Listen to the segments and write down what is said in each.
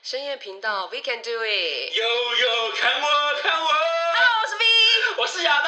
深夜频道 We Can Do It。 悠悠，看我，看我。 Hello， 我是 V， 我是亚当。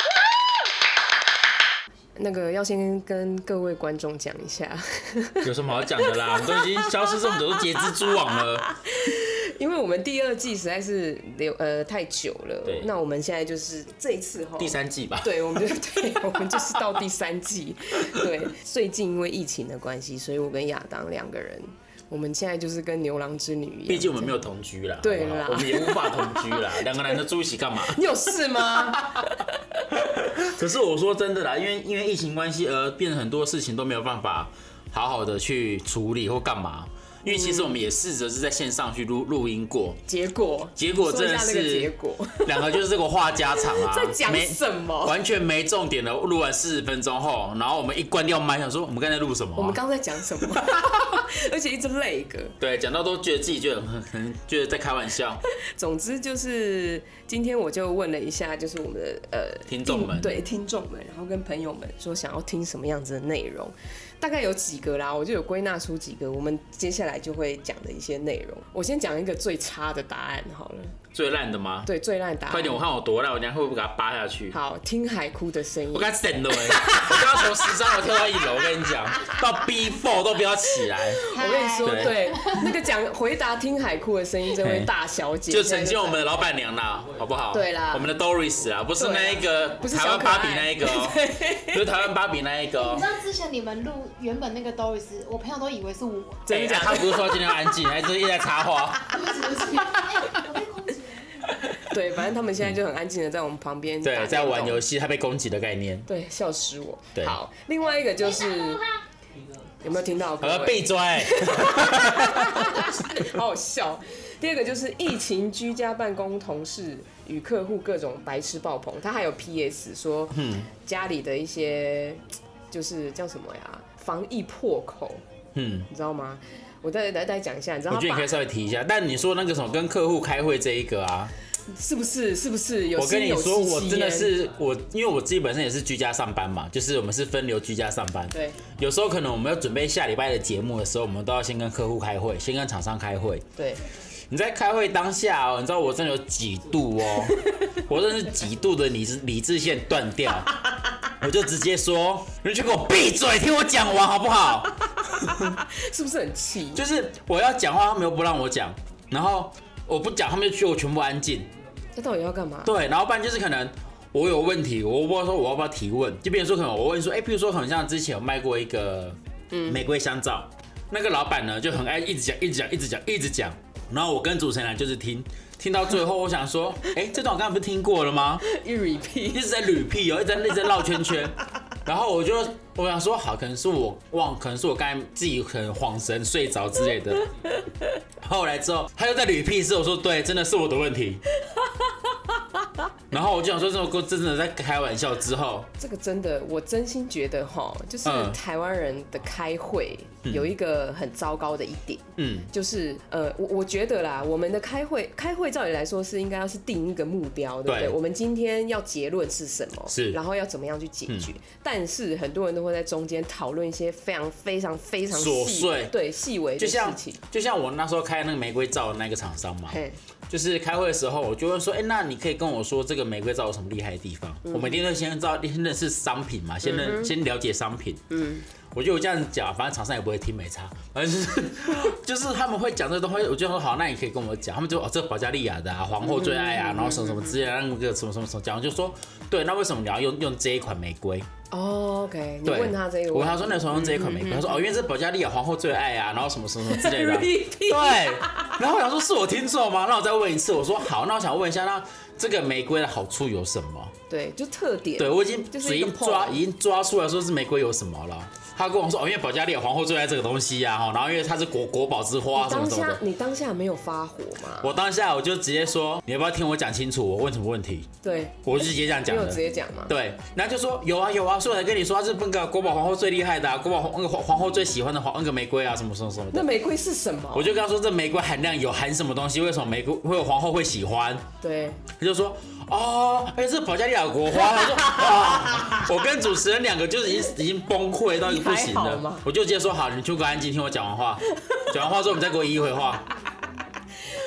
那个要先跟各位观众讲一下， 有什么好讲的啦？我们都已经消失这么久，都截肢蛛网了。 因为我们第二季实在是太久了， 对， 那我们现在就是这一次第三季吧。 对，我们就是到第三季。对，最近因为疫情的关系，所以我跟亚当两个人。我们现在就是跟牛郎织女一样， 毕竟我们没有同居啦， 对啦， 我们也无法同居啦，两个男的住一起干嘛？ 你有事吗？ 可是我说真的啦，因为疫情关系而变成很多事情都没有办法好好的去处理或干嘛。因为其实我们也试着是在线上去录音过，结果真的是两个就是这个话家常啊， 在讲什么？ 完全没重点的。录完40分钟后，然后我们一关掉麦，想说我们刚才录什么？ 我们刚才讲什么？而且一直累个。 对，讲到都觉得自己觉得在开玩笑。 总之就是今天我就问了一下，就是我们的听众们， 对听众们，然后跟朋友们说想要听什么样子的内容。大概有几个啦，我就有归纳出几个，我们接下来就会讲的一些内容。我先讲一个最差的答案好了。 最烂的吗？ 对，最烂的答案。 快点，我看我多烂，我等一下会不会给他扒下去？ 好，听海哭的声音。 我刚才省了我刚刚从13楼跳到1楼，我跟你讲，到 B4 都不要起来。 我跟你说，对，那个回答听海哭的声音这位大小姐， 就曾经我们的老板娘啦，好不好？ 对啦， 我们的 Doris 啦，不是那一个台湾芭比那一个哦，不是台湾芭比那一个哦。 你知道之前你们录原本那个 Doris， 我朋友都以为是我。 真的假的？他不是说今天要安静，还是一直在插话？ 我被攻击。 对，反正他们现在就很安静的在我们旁边， 对，在玩游戏，他被攻击的概念。 对，笑死我。 对， 好，另外一个就是有没有听到？ 闭嘴！ 好好笑。第二个就是疫情居家办公，同事与客户各种白痴爆棚。他还有 PS 说，家里的一些就是叫什么呀？防疫破口，你知道吗？我再讲一下，你知道？ 我觉得你可以稍微提一下。但你说那个什么跟客户开会这一个啊， 是不是有？ 我跟你说，我真的是因为我自己本身也是居家上班嘛，就是我们是分流居家上班。 对。 有时候可能我们要准备下礼拜的节目的时候，我们都要先跟客户开会，先跟厂商开会。 对。 你在开会当下哦，你知道我真的有几度哦，我真的是几度的理智线断掉，我就直接说，你去给我闭嘴，听我讲完好不好？ 是不是很气？ 就是我要讲话，他们又不让我讲，然后我不讲，他们就觉得我全部安静。 这到底要干嘛？ 对，然后不然就是可能我有问题，我不知道说我要不要提问，就比如说可能我问说，譬如说可能像之前有卖过一个玫瑰香皂，那个老板呢就很爱一直讲。然后我跟主持人就是听到最后，我想说，这段我刚才不是听过了吗？一直在repeat哦，一直在绕圈圈。然后我想说，好，可能是我刚才自己可能晃神睡着之类的。后来之后，他又在repeat一次，我说对，真的是我的问题。然后我就想说，这首歌真的在开玩笑之后， 这个真的，我真心觉得就是台湾人的开会有一个很糟糕的一点，就是我觉得啦，我们的开会照理来说是应该要是定一个目标，对不对？我们今天要结论是什么，然后要怎么样去解决。但是很多人都会在中间讨论一些非常琐碎、 对细微的事情， 就像我那时候开那个玫瑰皂的那个厂商嘛。就是开会的时候，我就会说，那你可以跟我说这个玫瑰皂有什么厉害的地方？我们一定会先认识商品嘛，先了解商品。我觉得我这样子讲，反正厂商也不会听，没差。反正就是他们会讲这个东西，我就说好，那你可以跟我讲。他们就这保加利亚的啊，皇后最爱啊，然后什么之类的，那个什么讲，我就说对，那为什么你要用这一款玫瑰 ？OK， 你问他这个， 我问他说那时候用这一款玫瑰，他说因为这保加利亚皇后最爱啊，然后什么之类的。对，然后我想说是我听错吗？那我再问一次，我说好，那我想问一下，那这个玫瑰的好处有什么？ 对，就特点。 对，我已经抓出来说是玫瑰有什么了。他跟我说因为保加利亚皇后最爱这个东西啊，然后因为它是国宝之花什么的。 你当下没有发火吗？ 我当下我就直接说，你要不要听我讲清楚？我问什么问题？ 对， 我就直接这样讲的。 你有直接讲吗？ 对，然后就说有啊，所以我才跟你说，它是那个国宝皇后最厉害的啊，国宝那个皇后最喜欢的那个玫瑰啊，什么的。 那玫瑰是什么？ 我就跟他说这玫瑰含量有含什么东西？为什么玫瑰会有皇后会喜欢？ 对， 他就说这是保加利亚国花。我说我跟主持人两个就是已经崩溃到一个不行了。我就直接说好，你就给我安静听我讲完话，讲完话之后你再给我一回话。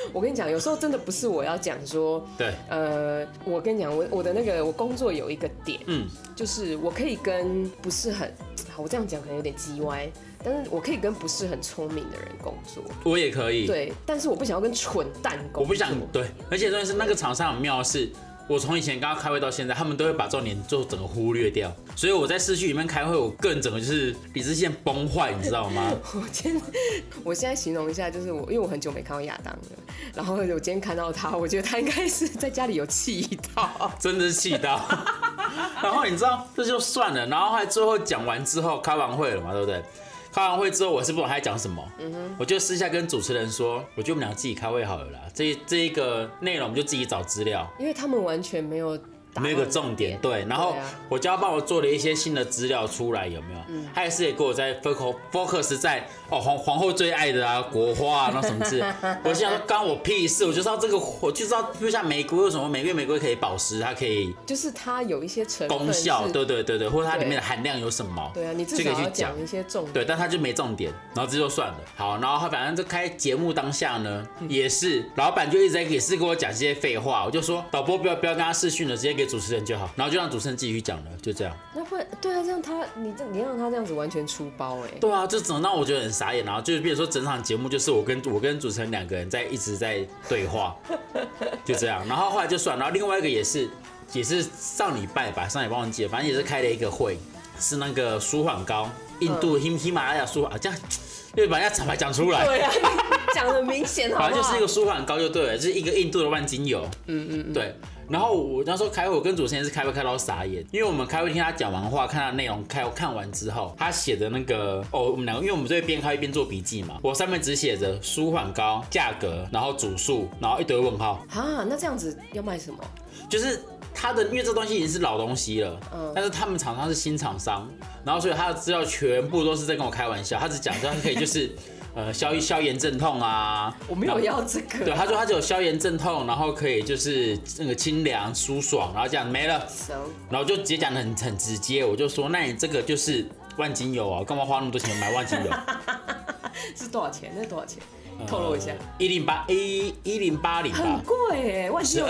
我跟你讲，有时候真的不是我要讲说， 对， 我跟你讲，我的那个我工作有一个点，就是我可以跟不是很好，我这样讲可能有点叽歪，但是我可以跟不是很聪明的人工作， 我也可以， 对，但是我不想要跟蠢蛋工作， 我不想对，而且重点是那个厂商很妙的是。我从以前跟他开会到现在，他们都会把重点就整个忽略掉，所以我在视讯里面开会，我个人整个就是理智线崩坏，你知道吗？ 我现在形容一下，就是因为我很久没看到亚当了，然后我今天看到他，我觉得他应该是在家里有气到， 真的是气到。然后你知道这就算了，然后还最后讲完之后开完会了嘛，对不对？开完会之后，我是不懂他在讲什么，我就私下跟主持人说，我觉得我们俩自己开会好了啦，这一个内容我们就自己找资料， 因为他们完全没有一个重点，对，然后我就要帮我做了一些新的资料出来，有没有？他也是也给我在 focus 在皇后最爱的啊国花啊那什么之类，我想说干我屁事，我就知道这个，我就知道就像玫瑰为什么玫瑰可以保湿，它可以就是它有一些成分功效，对，或者它里面的含量有什么？ 对啊，你至少要讲一些重点， 对，但他就没重点，然后这就算了。好，然后他反正就开节目当下呢，也是老板就一直在也是跟我讲这些废话，我就说导播不要跟他视讯了，直接给主持人就好，然后就让主持人继续讲了，就这样。 那会对啊，这样你让他这样子完全出包哎。 对啊，就整让我觉得很傻眼，然后就是比如说整场节目就是我跟主持人两个人一直在对话，就这样，然后后来就算，然后另外一个也是上礼拜忘记了，反正也是开了一个会，是那个舒缓膏，印度喜马拉雅舒缓，这样又把人家厂牌讲出来， 对啊，讲得明显好不好？ 反正就是一个舒缓膏就对了，就是一个印度的万金油，对。然后我那时候开会，我跟主持人是开会开到傻眼，因为我们开会听他讲完话，看他的内容，看完之后，他写的那个我们两个，因为我们就会边开会边做笔记嘛，我上面只写着舒缓膏价格，然后组数，然后一堆问号。 啊，那这样子要卖什么？ 就是他的，因为这东西已经是老东西了，但是他们厂商是新厂商，然后所以他的资料全部都是在跟我开玩笑，他只讲说他可以就是。消炎镇痛啊， 我没有要这个。 对，他说他只有消炎镇痛，然后可以就是那个清凉舒爽，然后这样没了。然后就直接讲得很直接，我就说那你这个就是万金油啊，干嘛花那么多钱买万金油？ 是多少钱？那是多少钱？透露一下。 1080吧。 很贵哎，万金油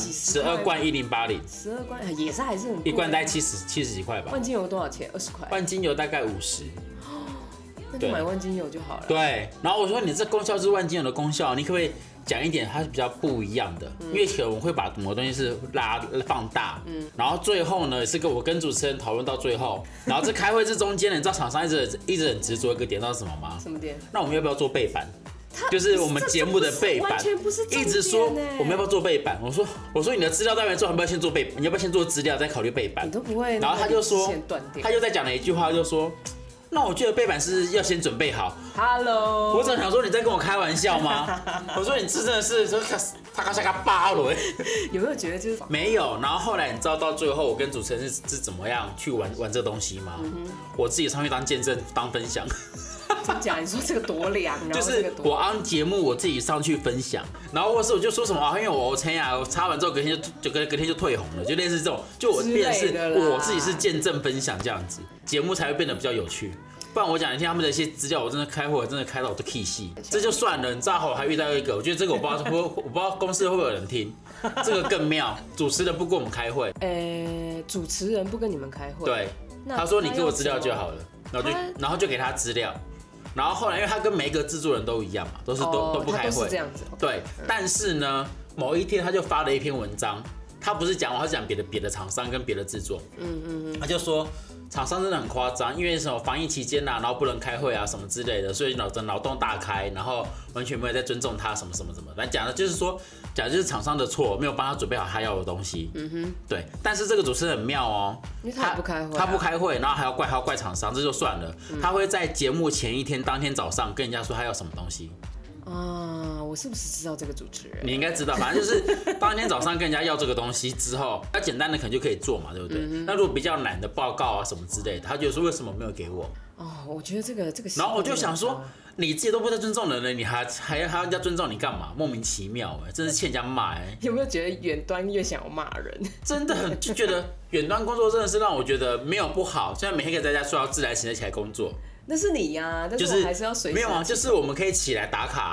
12罐1080。 12罐也是还是很贵。 一罐大概70几块吧。 万金油多少钱？20块。 万金油大概50。 那就买万金油就好了。 对，然后我说你这功效是万金油的功效，你可不可以讲一点它是比较不一样的？因为可能我会把某个东西是放大，然后最后呢是我跟主持人讨论到最后，然后这开会这中间呢，你知道厂商一直很执着一个点到什么吗？ 什么点？ 那我们要不要做背板？就是我们节目的背板，一直说我们要不要做背板？我说你的资料单元做，要不要先做背板？你要不要先做资料再考虑背板？ 你都不会。 然后他就说，他就在讲了一句话，就说。那我觉得背板是要先准备好。 Hello， 我只想说你在跟我开玩笑吗？我说你这真的是他刚下个巴轮。 有没有觉得就是没有？然后后来你知道到最后我跟主持人是怎么样去玩这东西吗？我自己上去当见证当分享。 真假？你说这个多凉， 就是我按节目我自己上去分享，然后或是我就说什么啊，因为我 OK 啊，我擦完之后隔天就退红了，就类似这种，就我变成是我自己是见证分享这样子，节目才会变得比较有趣。不然我讲一听他们的一些资料，我真的开会真的开到我都气戏，这就算了。你知道我还遇到一个，我觉得这个我不知道公司会不会有人听，这个更妙，主持人不跟我们开会。 主持人不跟你们开会？ 对，他说你给我资料就好了，然后就给他资料。然后后来，因为他跟每一个制作人都一样嘛，都不开会， 都是这样子。 对，但是呢，某一天他就发了一篇文章，他不是讲我，他是讲别的厂商跟别的制作。他就说厂商真的很夸张，因为什么防疫期间然后不能开会啊什么之类的，所以脑洞大开，然后完全没有在尊重他什么。反正讲的就是厂商的错，没有帮他准备好他要的东西。对。但是这个主持人很妙哦， 因为他不开会， 他不开会，然后还要怪厂商，这就算了。他会在节目前一天当天早上跟人家说他要什么东西。 我是不是知道这个主持人？ 你应该知道，反正就是当天早上跟人家要这个东西之后，要简单的可能就可以做嘛，对不对？那如果比较难的报告啊什么之类的，他觉得说为什么没有给我？ 我觉得这个。 然后我就想说，你自己都不在尊重人了，你还要人家尊重你干嘛？莫名其妙真是欠人家骂有没有觉得远端越想要骂人？ 真的很就觉得远端工作真的是让我觉得没有不好，虽然每天可以在家睡到自然醒起来工作。 那是你呀，但是我还是要随时。 没有啊，就是我们可以起来打卡啊。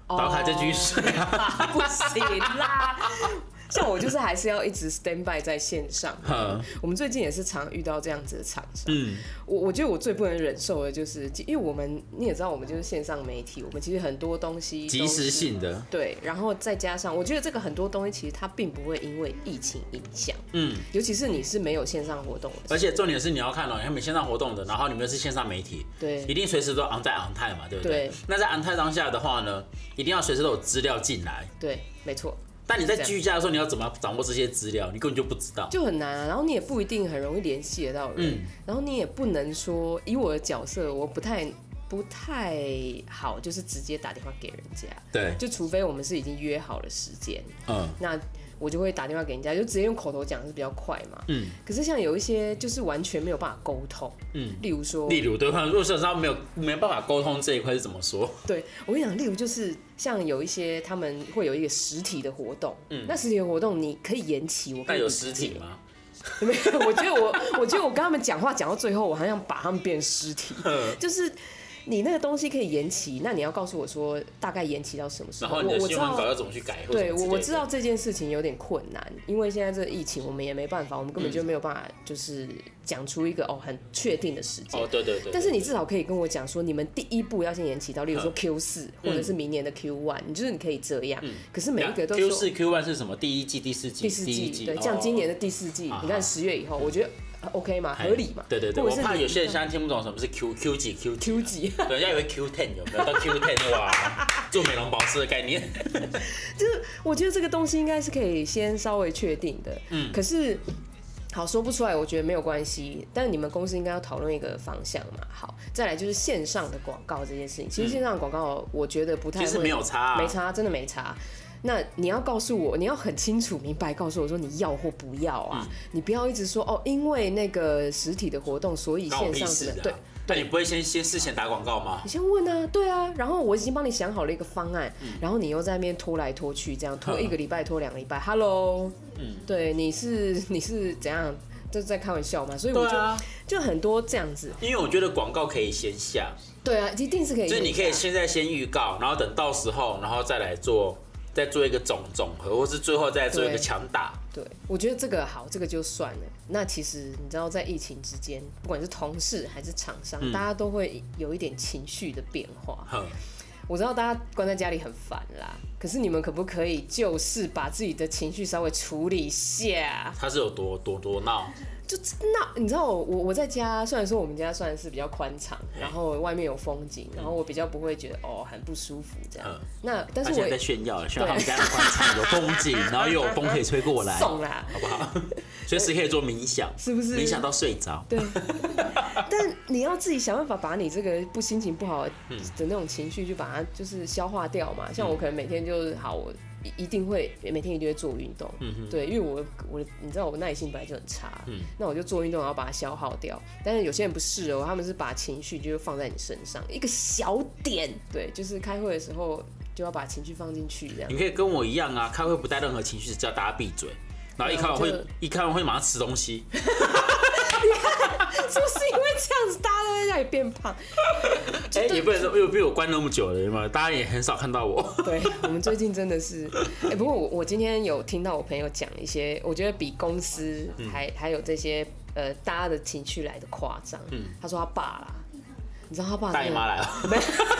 打卡再继续睡啊， 不行啦。像我就是还是要一直 stand by 在线上。我们最近也是常遇到这样子的厂商。我觉得我最不能忍受的就是，因为你也知道，我们就是线上媒体，我们其实很多东西即时性的。 对，然后再加上，我觉得这个很多东西其实它并不会因为疫情影响。尤其是你是没有线上活动的。 而且重点是你要看你们线上活动的，然后你们又是线上媒体， 对， 一定随时都在 on time 嘛，对不对？那在 on time 当下的话呢，一定要随时都有资料进来。 对，没错。 但你在居家的时候，你要怎么掌握这些资料？你根本就不知道， 就很难啊。然后你也不一定很容易联系得到人，然后你也不能说，以我的角色，我不太好，就是直接打电话给人家。 对， 就除非我们是已经约好了时间，那我就会打电话给人家，就直接用口头讲是比较快嘛。可是像有一些就是完全没有办法沟通，例如对方如果是没有办法沟通这一块是怎么说？ 对，我跟你讲，例如就是像有一些他们会有一个实体的活动，那实体的活动你可以延期，我可以。 那有实体吗？ 没有，我觉得我跟他们讲话讲到最后，我好像把他们变尸体，就是。你那个东西可以延期，那你要告诉我说大概延期到什么时候？ 然后你的新闻稿要怎么去改？ 对，我知道这件事情有点困难，因为现在这个疫情，我们也没办法，我们根本就没有办法，就是讲出一个很确定的时间。 对。 但是你至少可以跟我讲说，你们第一步要先延期到，例如说 Q4，或者是明年的 Q1，你可以这样。可是每一个都说 Q4、Q1 是什么？第一季、第四季？第一季。 对，像今年的第四季，你看10月以后，我觉得。OK 嘛，合理嘛？ 对，我怕有些人现在听不懂什么是 Q 几，对，人家以为 Q10 有没有到 Q10 哇，做美容保湿的概念。 就是我觉得这个东西应该是可以先稍微确定的，可是好说不出来，我觉得没有关系。但是你们公司应该要讨论一个方向嘛。好，再来就是线上的广告这件事情。其实线上的广告，我觉得不太会， 其实没有差， 没差，真的没差。那你要告诉我，你要很清楚明白告诉我说你要或不要啊，你不要一直说因为那个实体的活动，所以线上什么对。 但你不会先事前打广告吗？ 你先问啊，对啊，然后我已经帮你想好了一个方案，然后你又在那边拖来拖去，这样拖1个礼拜，拖2个礼拜 ，Hello，对，你是怎样？这是在开玩笑嘛？所以我就很多这样子。 因为我觉得广告可以先下， 对啊，一定是可以。 所以你可以现在先预告，然后等到时候，然后再来做一个总和，或是最后再做一个强打。 对，我觉得这个好，这个就算了。那其实你知道，在疫情之间，不管是同事还是厂商，大家都会有一点情绪的变化。我知道大家关在家里很烦啦，可是你们可不可以就是把自己的情绪稍微处理一下？ 他是有多闹？ 就闹，你知道我在家，虽然说我们家算是比较宽敞，然后外面有风景，然后我比较不会觉得很不舒服这样。那但是我现在在炫耀他们家的宽敞有风景，然后又有风可以吹过来， 送啦， 好不好？随时可以做冥想， 是不是？ 冥想到睡着。 对。但你要自己想办法把你这个心情不好的那种情绪，就把它就是消化掉嘛。像我可能每天就是我一定会每天一定会做运动，对，因为我你知道我耐性本来就很差，那我就做运动，然后把它消耗掉。但是有些人不是哦，他们是把情绪就放在你身上一个小点，对，就是开会的时候就要把情绪放进去这样。 你可以跟我一样啊，开会不带任何情绪，只叫大家闭嘴，然后一开完会马上吃东西。 你看，是不是因为这样子，大家都在家里变胖？ 也不能说，因为被我关那么久了嘛，大家也很少看到我。 对，我们最近真的是，不过我今天有听到我朋友讲一些，我觉得比公司还有这些大家的情绪来的夸张。他说他爸啦，你知道他爸大姨妈来了， 没？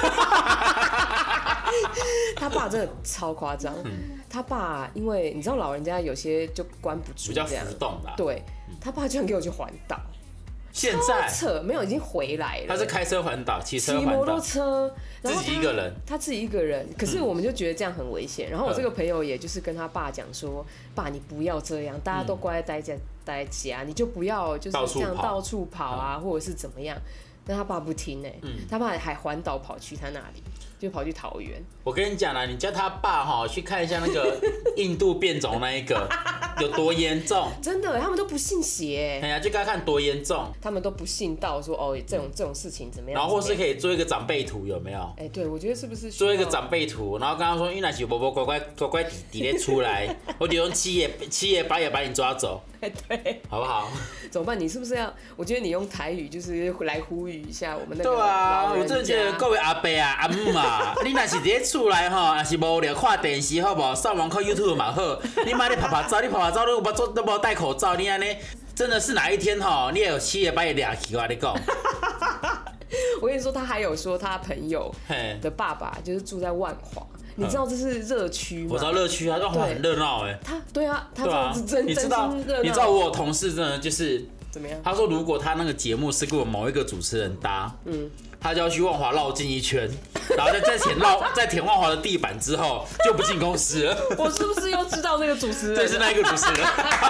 他爸真的超夸张。他爸因为你知道老人家有些就关不住， 比较浮动啦。 对，他爸居然给我去环岛。 现在扯没有，已经回来了。 他是开车环岛，骑摩托车， 自己一个人。 他自己一个人，可是我们就觉得这样很危险。然后我这个朋友也就是跟他爸讲说：“爸，你不要这样，大家都乖待在家，你就不要就是这样到处跑啊，或者是怎么样。”但他爸不听他爸还环岛跑去他那里，就跑去桃园。 我跟你讲啦，你叫他爸去看一下那个印度变种那一个， 有多严重？ 真的，他们都不信邪。 哎呀，就该看多严重。 他们都不信到说哦，这种事情怎么样？ 然后或是可以做一个长辈图，有没有？ 哎，对，我觉得是不是做一个长辈图，然后跟他说，因为那是乖乖弟弟出来，我就用7爷8爷把你抓走。 对， 好不好？ 怎么办？你是不是要？我觉得你用台语就是来呼吁一下我们那个对啊， 老人家。 我真的觉得各位阿伯啊、阿姆啊，你若是伫厝内吼，若是无聊看电视好不好？上网看 YouTube 嘛好。你妈你拍照，你都无戴口罩，你安尼真的是哪一天吼，你也有7爷8爷抓去，我跟你讲。 我跟你说，他还有说他朋友的爸爸就是住在万华。你知道这是热区吗？ 我知道热区啊，万华很热闹哎。 对啊，他这样子真心热闹。 你知道我有同事真的就是怎么样？ 他说如果他那个节目是跟我某一个主持人搭，他就要去万华绕进一圈，然后在舔万华的地板之后就不进公司了。 我是不是又知道那个主持人？ 对，是那一个主持人。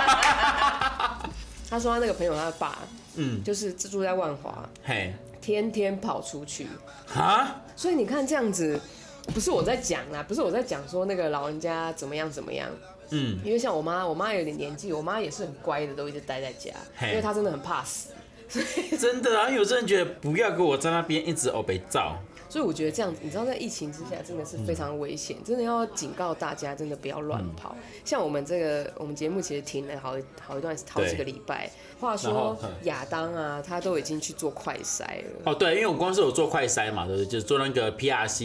他说他那个朋友他的爸，就是住在万华，天天跑出去啊， 所以你看这样子。不是我在讲啦，不是我在讲说那个老人家怎么样，因为像我妈有点年纪，我妈也是很乖的，都一直待在家，因为她真的很怕死。 真的啊，因为我真的觉得不要给我在那边一直被照。 所以我觉得这样子，你知道，在疫情之下真的是非常危险，真的要警告大家，真的不要乱跑。像我们节目其实停了好几个礼拜。话说亚当啊，他都已经去做快筛了。 哦，对，因为我光是有做快筛嘛，对不对？就是做那个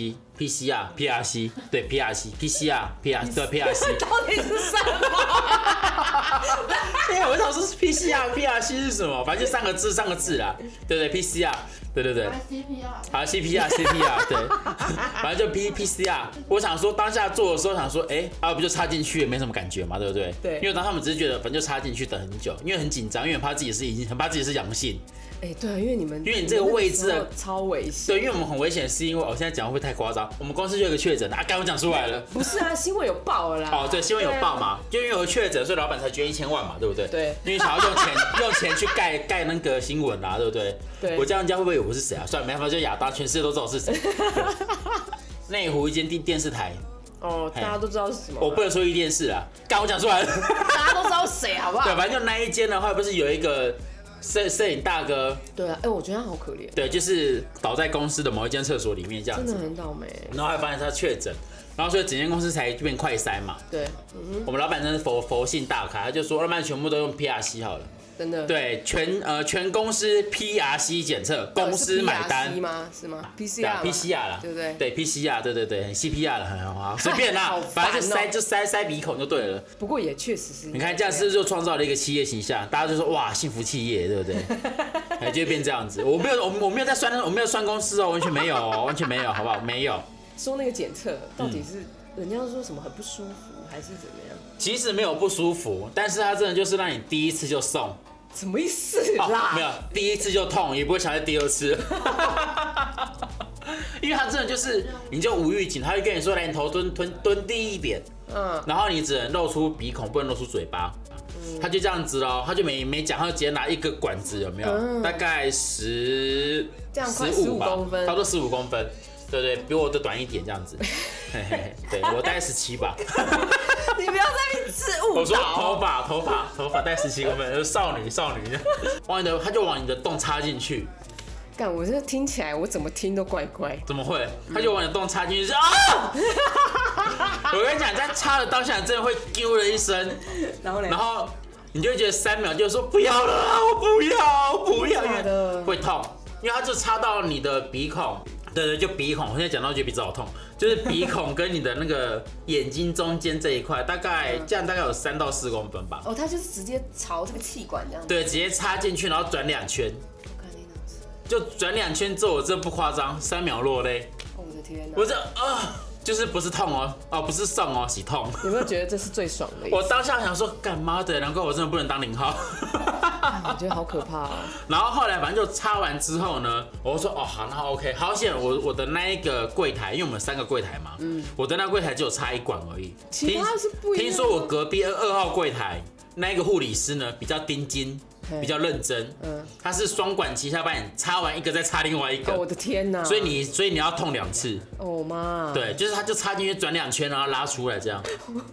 PCR，对 PCR，对 PRC。 到底是什么？ 因为我想说是 PCR 是什么？反正就三个字啦，对不对 ？PCR。对，好 CPR， 对，反正就 PCR。我想说当下做的时候想说，不就插进去也没什么感觉嘛，对不对？ 对。 因为当他们只是觉得反正就插进去等很久，因为很紧张，因为很怕自己是阳性。 对，因为你这个位置超危险。 对，因为我们很危险，是因为我现在讲会不会太夸张？我们公司就有一个确诊啊，刚我讲出来了。 不是啊，新闻有报了啦。 哦，对，新闻有报嘛，就因为有确诊，所以老板才捐1000万嘛，对不对？ 对。 因为想要用钱去盖那个新闻啦，对不对？ 对。 我这样人家会不会以为我是谁啊？算了，没办法，就亚当，全世界都知道我是谁。内湖一间电视台。 哦，大家都知道是什么。 我不能说一电视啊，刚我讲出来了。 大家都知道谁，好不好？ 对，反正就那一间的话，不是有一个摄影大哥。 对啊，我觉得他好可怜。 对，就是倒在公司的某一间厕所里面这样子。 真的很倒霉。 然后还发现他确诊，然后所以整间公司才变快筛嘛。 对， 我们老板真是佛性大开，他就说，要不然全部都用 PRC 好了。 真的。 对，全公司 PRC 检测，公司买单。 是吗 ？PCR 啦， 对不对？ 对 PCR，对 CPR 了，很好，随便啦，反正就塞鼻孔就对了。 不过也确实是。 你看这样是不是就创造了一个企业形象？大家就说哇，幸福企业，对不对？就会变这样子。我没有在酸，我没有酸公司哦，完全没有，好不好？没有。 说那个检测到底是人家说什么很不舒服，还是怎么样？ 其实没有不舒服，但是他真的就是让你第一次就送。 什么意思啦？ 没有，第一次就痛，也不会想再第二次。因为他真的就是，你就无预警，他会跟你说，来你头蹲低一点，然后你只能露出鼻孔，不能露出嘴巴。他就这样子咯，他就没讲，他就直接拿一个管子，有没有？大概15 公分， 差不多15公分。对，比我的短一点这样子。对，我大概17吧。 你不要在那边自误导。 我说头发大概17公分，就是少女。他就往你的洞插进去。 干，我这听起来我怎么听都怪怪。 怎么会？他就往你的洞插进去，啊！我跟你讲，在插的当下，真的会丢了一声。然后你就会觉得3秒就说不要了啊，我不要，因为会痛，因为它就插到你的鼻孔。对，就鼻孔，我现在讲到觉得鼻子好痛，就是鼻孔跟你的那个眼睛中间这一块，大概有3到4公分吧。 哦，它就是直接朝这个气管这样子。 对，直接插进去，然后转2圈。就转2圈之后，我这不夸张，3秒落泪。 哦，我的天哪！ 我这就是不是痛哦，不是送哦，是痛。 有没有觉得这是最爽的？ 我当下想说，干妈的，难怪我真的不能当0号。 我觉得好可怕哦。 然后后来反正就插完之后呢，我就说好，那 OK， 好险我的那一个柜台，因为我们3个柜台嘛，我的那个柜台只有插1管而已。 其他是不一样。 听说我隔壁2号柜台那一个护理师呢比较盯紧， 比较认真，他是双管齐下，把你插完一个再插另外一个。 我的天哪！ 所以你要痛2次。 哦妈！ 对，就是他就插进去转2圈，然后拉出来这样。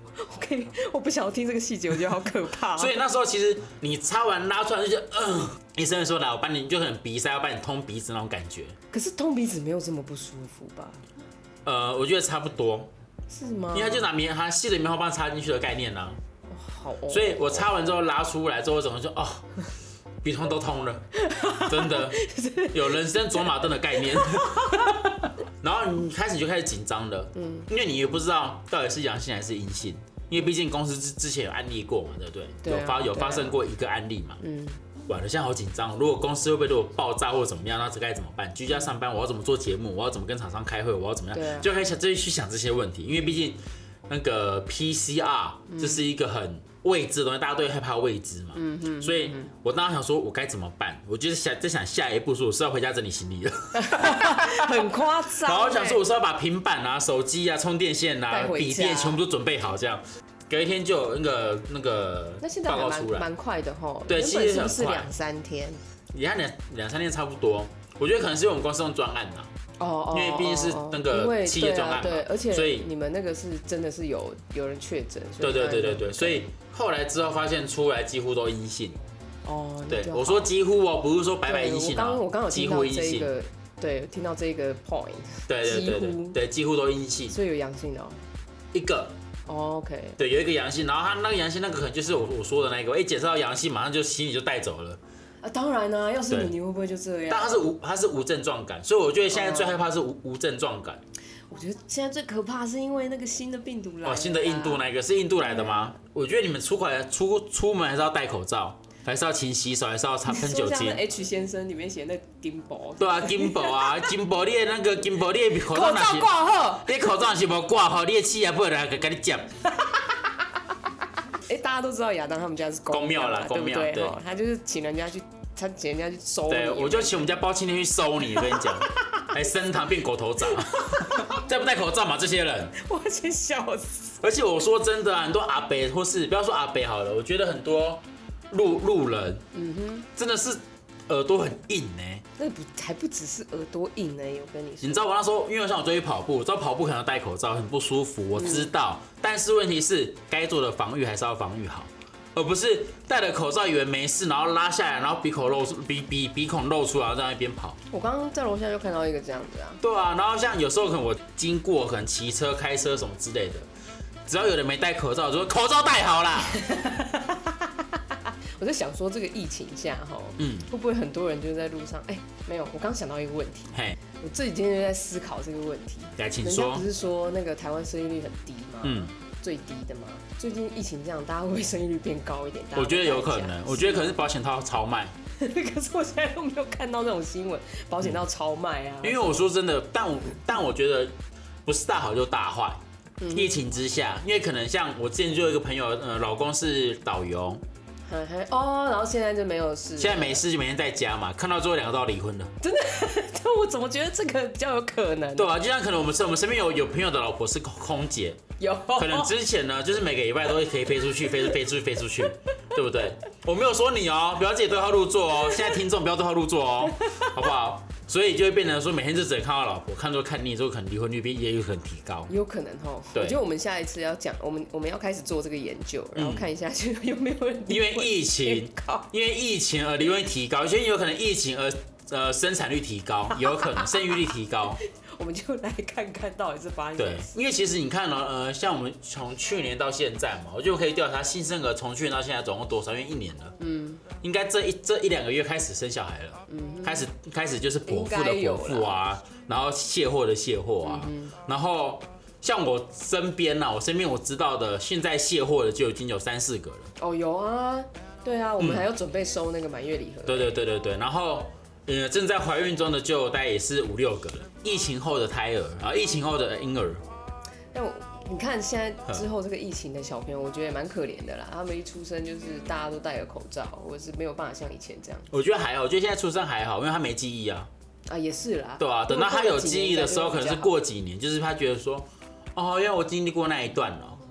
OK， 我不想听这个细节，我觉得好可怕。 所以那时候其实你插完拉出来就医生说来我帮你，就很鼻塞，要帮你通鼻子那种感觉。 可是通鼻子没有这么不舒服吧？ 我觉得差不多。 是吗？ 因为他就拿他细的棉花棒插进去的概念呢。 好哦。 所以我插完之后拉出来之后，整个就鼻痛都通了，真的有人生走马灯的概念。然后你开始就开始紧张了，因为你也不知道到底是阳性还是阴性，因为毕竟公司之前有案例过嘛，对不对？ 对， 有发生过一个案例嘛。完了，现在好紧张。如果公司会不会对我爆炸或者怎么样，那这该怎么办？居家上班，我要怎么做节目？我要怎么跟厂商开会？我要怎么样？就开始去想这些问题，因为毕竟那个 PCR 这是一个很未知的东西，大家都会害怕未知嘛。所以我当时想说，我该怎么办？我就是在想下一步，说我是要回家整理行李了， 很夸张。 然后想说我是要把平板啊、手机啊、充电线啊、笔电全部都准备好，这样。隔一天就有那个报告出来， 蛮快的哈。 对，其实很快，是2-3天。 你看2-3天差不多，我觉得可能是因为我们公司用专案呐。因为毕竟是那个企业专案嘛， 对，而且所以你们那个是真的是有人确诊。 对，所以后来之后发现出来几乎都阴性。对，我说几乎不是说白阴性我刚有几乎阴性。 对，听到这个 point。 对，几乎都阴性。 所以有阳性的一个。 OK。对， 有一个阳性，然后他那个阳性那个可能就是我说的那个，我一检测到阳性，马上就行李就带走了。 当然啦，要是你会不会就这样？ 但他是无症状感，所以我觉得现在最害怕是无症状感。 我觉得现在最可怕是因为那个新的病毒来。 新的印度那个是印度来的吗？我觉得你们出门还是要戴口罩，还是要勤洗手，还是要喷酒精。 像 H 先生里面写那金箔。 对啊，金箔啊，金箔，你的那个金箔，你的口罩挂好， 你口罩是无挂好，你的气也不会来给你接。 大家都知道亚当他们家是公庙啦，对不对？他就是请人家去收你。 对，我就请我们家包青天去收你，我跟你讲，来升堂变狗头铡。再不戴口罩嘛，这些人。 我先笑死。 而且我说真的很多阿伯或是不要说阿伯好了，我觉得很多路人，真的是耳朵很硬呢。 那还不只是耳朵硬呢，我跟你说。 你知道我那时候，因为像我最近跑步，我知道跑步可能要戴口罩，很不舒服，我知道。但是问题是，该做的防御还是要防御好，而不是戴了口罩以为没事，然后拉下来，然后鼻孔露出来，然后在那边跑。 我刚刚在楼下就看到一个这样子啊。 对啊，然后像有时候可能我经过，可能骑车、开车什么之类的，只要有人没戴口罩，我就说口罩戴好啦。 我在想说，这个疫情下会不会很多人就在路上？没有，我刚想到一个问题。我这几天就在思考这个问题。 来，请说。 人家不是说那个台湾生育率很低吗？最低的嘛。最近疫情这样，大家会不会生育率变高一点？ 我觉得有可能，我觉得可能是保险套超卖。 可是我现在都没有看到那种新闻，保险套超卖啊。 因为我说真的，但我觉得不是大好就大坏。疫情之下，因为可能像我之前就有一个朋友，老公是导游。 然后现在就没有事， 现在没事就每天在家嘛，看到最后2个都要离婚了。 真的？我怎么觉得这个比较有可能？ 对啊，就像可能我们身边有朋友的老婆是空姐，可能之前呢就是每个礼拜都会可以飞出去，飞出去，对不对？我没有说你哦，不要自己对号入座哦。现在听众不要对号入座哦，好不好？所以就会变成说，每天就只能看到老婆，看腻之后，可能离婚率也有可能提高。 有可能哦。对，我觉得我们下一次要讲，我们要开始做这个研究，然后看一下就有没有人因为疫情而离婚提高，所以有可能疫情而生产率提高，有可能生育率提高。 我们就来看看到底是发生什么事。 对，因为其实你看呢，像我们从去年到现在嘛，我就可以调查新生儿从去年到现在总共多少，因为1年了。应该这1-2个月开始生小孩了。开始就是剖腹的剖腹啊，然后卸货的卸货啊，然后像我身边我知道的，现在卸货的就已经有3-4个了。 有啊，对啊，我们还要准备收那个满月礼盒。 对，然后正在怀孕中的就大概也是5-6个了。疫情后的胎儿，然后疫情后的婴儿。 但你看现在之后这个疫情的小朋友，我觉得也蛮可怜的啦。他们一出生就是大家都戴着口罩，或是没有办法像以前这样。 我觉得还好，我觉得现在出生还好，因为他没记忆啊。 也是啦。 对啊，等到他有记忆的时候，可能是过几年，就是他觉得说，原来我经历过那一段了。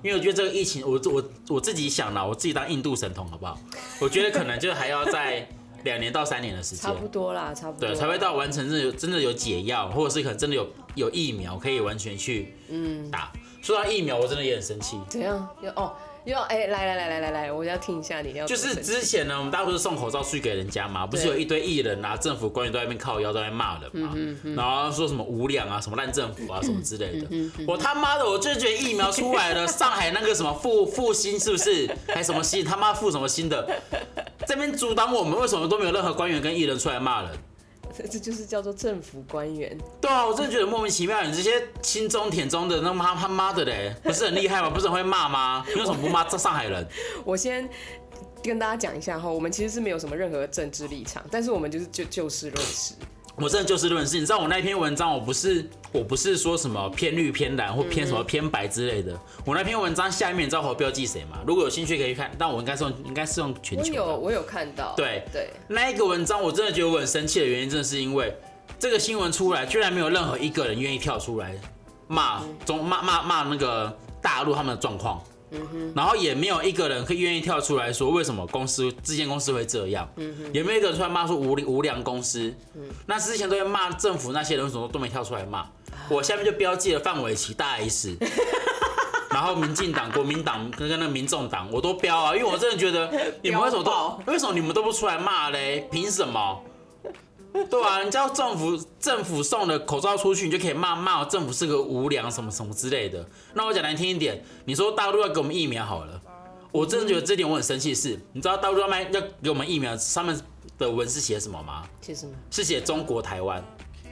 因为我觉得这个疫情，我自己想了，我自己当印度神童好不好？我觉得可能就还要在2年到3年的时间， 差不多啦，差不多对，才会到完成真的有解药，或者是可能真的有疫苗可以完全去打。说到疫苗，我真的也很生气。 怎样？来，我要听一下你要。 就是之前呢，我们大家不是送口罩去给人家嘛，不是有一堆艺人啊、政府官员都在那边靠腰，都在骂人嘛，然后说什么无良啊、什么烂政府啊、什么之类的。我他妈的，我就觉得疫苗出来了，上海那个什么复兴是不是？还什么新？他妈复什么新的？这边阻挡我们，为什么都没有任何官员跟艺人出来骂人？ 这就是叫做政府官员。 对啊，我真的觉得莫名其妙，你这些亲中舔中的，那他妈的嘞，不是很厉害吗？不是很会骂吗？你为什么不骂上海人？ 我先跟大家讲一下哈，我们其实是没有什么任何政治立场，但是我们就是就事论事。 我真的就事论事，你知道我那篇文章，我不是说什么偏绿偏蓝或偏什么偏白之类的。我那篇文章下面你知道我标记谁吗？如果有兴趣可以去看，但我应该是用全球的。 我有看到。对， 那一个文章我真的觉得我很生气的原因，真的是因为这个新闻出来，居然没有任何一个人愿意跳出来骂那个大陆他们的状况。然后也没有一个人可以愿意跳出来说为什么这间公司会这样，也没有一个人出来骂说无良公司。那之前都会骂政府那些人，为什么都没跳出来骂？我下面就标记了范玮琪、大 S， 然后民进党、国民党跟那个民众党我都标啊，因为我真的觉得你们为什么你们都不出来骂嘞？凭什么？对啊，人家政府送的口罩出去，你就可以骂政府是个无良什么什么之类的。那我讲难听一点，你说大陆要给我们疫苗好了，我真的觉得这点我很生气的是，你知道大陆要给我们疫苗，上面的文是写什么吗？ 写什么？ 是写中国台湾。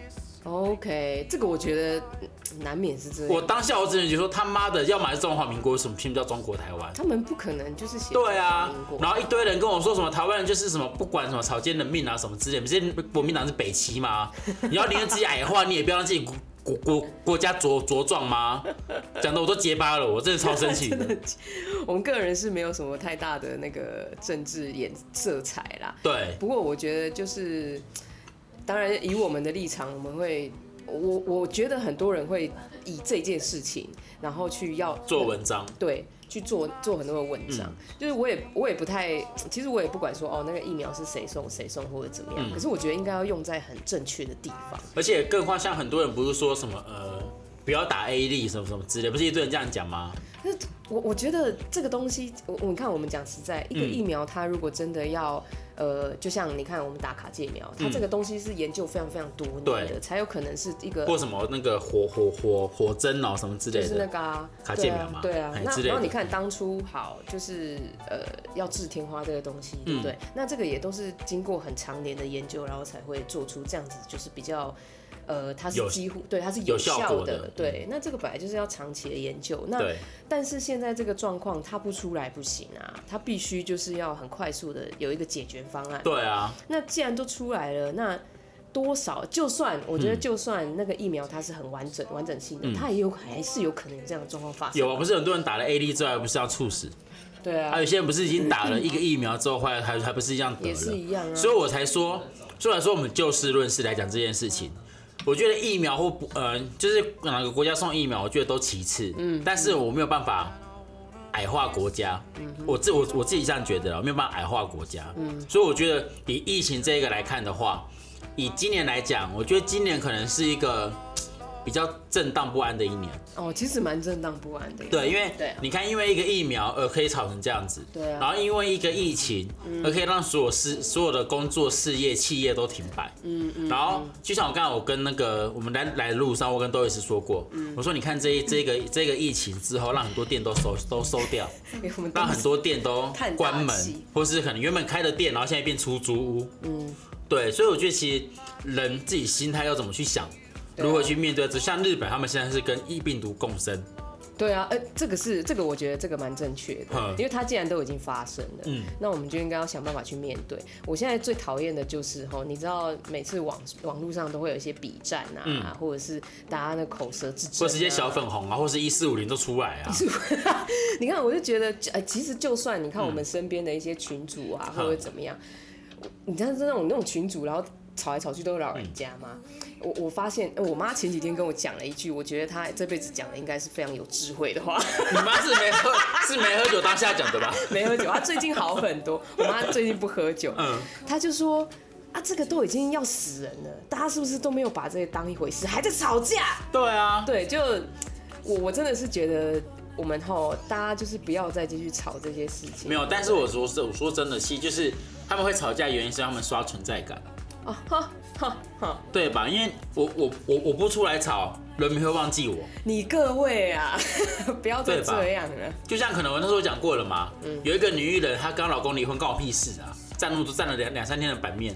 OK， 这个我觉得难免是这样。 我当下我只能觉得说他妈的，要么是中华民国，为什么偏叫中国台湾？ 他们不可能就是写对啊，然后一堆人跟我说什么台湾人就是什么不管什么草菅人命啊什么之类的，这些国民党是北七吗？你要宁愿自己矮化，你也不要让自己国家茁壮吗？讲的我都结巴了，我真的超生气的。 我们个人是没有什么太大的那个政治色彩啦。 对。 不过我觉得就是。当然，以我们的立场，我们会，我觉得很多人会以这件事情，然后去要做文章， 对，去做很多的文章。就是我也不太，其实我也不管说那个疫苗是谁送或者怎么样，可是我觉得应该要用在很正确的地方。 而且更何况像很多人不是说什么不要打 A 粒什么什么之类，不是一堆人这样讲吗？ 我觉得这个东西，你看我们讲实在，一个疫苗它如果真的要就像你看我们打卡介苗，它这个东西是研究非常非常多年的，才有可能是一个或什么那个火针什么之类的， 就是那个卡介苗嘛， 对啊。然后你看当初好就是要治天花这个东西，对不对？那这个也都是经过很长年的研究，然后才会做出这样子，就是比较。它是几乎对，它是有效的，对。那这个本来就是要长期的研究，那但是现在这个状况，它不出来不行啊，它必须就是要很快速的有一个解决方案。 对啊。 那既然都出来了，那多少就算我觉得就算那个疫苗它是很完整性的，它也还是有可能有这样的状况发生。 有啊，不是很多人打了 A 粒之后还不是要猝死？ 对啊。 还有些人不是已经打了一个疫苗之后，还不是一样得了？ 也是一样啊。 所以我才说，虽然说我们就事论事来讲这件事情。我觉得疫苗或就是哪个国家送疫苗，我觉得都其次。但是我没有办法矮化国家。我自己这样觉得，我没有办法矮化国家。所以我觉得以疫情这一个来看的话，以今年来讲，我觉得今年可能是一个比较震荡不安的一年。 其实蛮震荡不安的。 对，因为你看，因为一个疫苗而可以吵成这样子， 对啊。 然后因为一个疫情而可以让所有的工作、事业、企业都停摆。然后就像我跟那个我们来的路上，我跟窦医师说过，我说你看这个疫情之后，让很多店都收掉，让很多店都关门，或是可能原本开的店，然后现在变出租屋。对，所以我觉得其实人自己心态要怎么去想。如何去面对？像日本，他们现在是跟病毒共生。 对啊，这个我觉得这个蛮正确的，因为它既然都已经发生了，那我们就应该要想办法去面对。我现在最讨厌的就是你知道每次网络上都会有一些笔战啊，或者是大家的口舌之争， 或是一些小粉红啊，或是1450都出来啊。 你看，我就觉得，其实就算你看我们身边的一些群组啊，或者怎么样。你看那种群组，然后吵来吵去都是老人家嘛。我发现我妈前几天跟我讲了一句，我觉得她这辈子讲的应该是非常有智慧的话。 你妈是没喝酒当下讲的吧？ 没喝酒，她最近好很多。我妈最近不喝酒，她就说啊，这个都已经要死人了，大家是不是都没有把这个当一回事，还在吵架？ 对啊， 对，就我真的是觉得我们大家就是不要再继续吵这些事情。 没有，但是我说真的，其实就是他们会吵架，原因是他们刷存在感。对吧？因为我不出来吵，人民会忘记我。你各位啊，不要再这样了。 就像可能我那时候讲过了嘛，有一个女艺人，她跟老公离婚，关我屁事啊！占了2-3天的版面。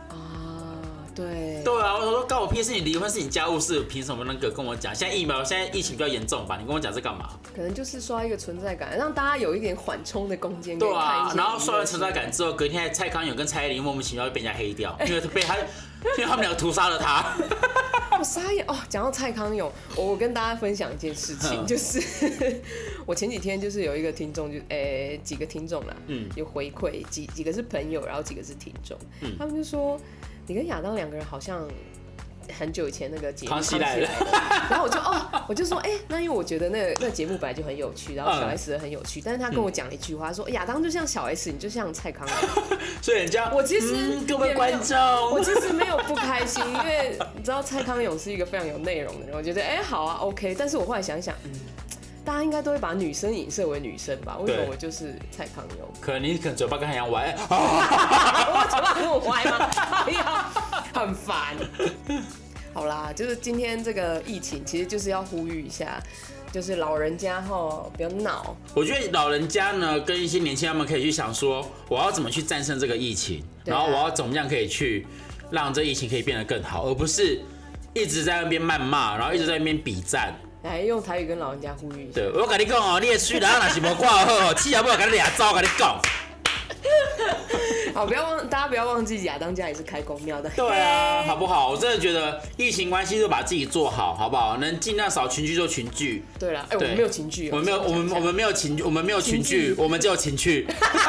对啊，我说关我屁事，你离婚是你家务事，凭什么那个跟我讲？现在疫情比较严重吧？你跟我讲这干嘛？ 可能就是刷一个存在感，让大家有一点缓冲的空间。 对啊，然后刷完存在感之后，隔天蔡康永跟蔡依林莫名其妙被人家黑掉，因为他们俩屠杀了他。 我傻眼哦！讲到蔡康永，我跟大家分享一件事情，就是我前几天就是有一个听众，几个听众啦，有回馈，几个是朋友，然后几个是听众，他们就说你跟亚当两个人好像很久以前那个节目《康熙来了》，然后我就说那因为我觉得那节目本来就很有趣，然后小 S 很有趣，但是他跟我讲了一句话，说亚当就像小 S， 你就像蔡康永， 所以人家我其实各位观众， 我其实没有不开心，因为你知道蔡康永是一个非常有内容的人，我觉得好啊 OK， 但是我后来想一想，大家应该都会把女生影射为女生吧？为什么我就是蔡康永？ 可能你嘴巴跟他一样歪， 我嘴巴跟我歪吗？哎呀，很烦。好啦，就是今天这个疫情，其实就是要呼吁一下，就是老人家不要闹。我觉得老人家呢，跟一些年轻人们可以去想说，我要怎么去战胜这个疫情，然后我要怎么样可以去让这疫情可以变得更好，而不是一直在那边谩骂，然后一直在那边比战。 来用台语跟老人家呼吁一下。 对，我跟你讲哦，你的嘴然后若是无挂好，气也不要跟你俩走，跟你讲。 好，大家不要忘记亚当家也是开公庙的。 对啊，好不好？我真的觉得疫情关系就把自己做好，好不好？能尽量少群聚就群聚。 对啦，我们没有情绪， 我们没有情聚，我们只有情趣。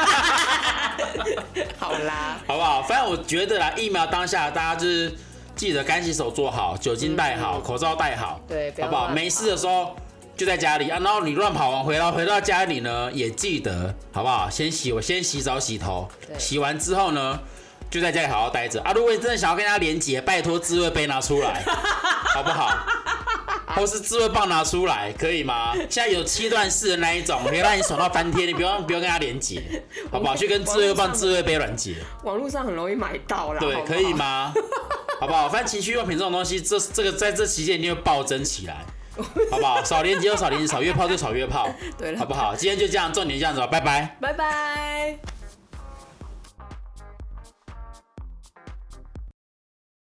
好啦， 好不好？反正我觉得啦，疫苗当下大家就是记得干洗手做好，酒精带好，口罩戴好， 对， 好不好？没事的时候就在家里啊，然后你乱跑完回到家里呢，也记得好不好？先洗澡洗头，洗完之后呢，就在家里好好待着啊。如果你真的想要跟人家连结，拜托智慧杯拿出来，好不好？或是智慧棒拿出来，可以吗？现在有7段式的那一种，可以让你爽到翻天，你不用跟他连结，好不好？去跟智慧棒、智慧杯软结， 网络上很容易买到啦， 对， 好不好？ 可以吗？好不好？反正情趣用品这种东西，这个在这期间一定会暴增起来。好不好？少连接就少连接，少约炮就少约炮， 对了， 好不好？今天就这样，重点这样子吧，拜拜， 拜拜。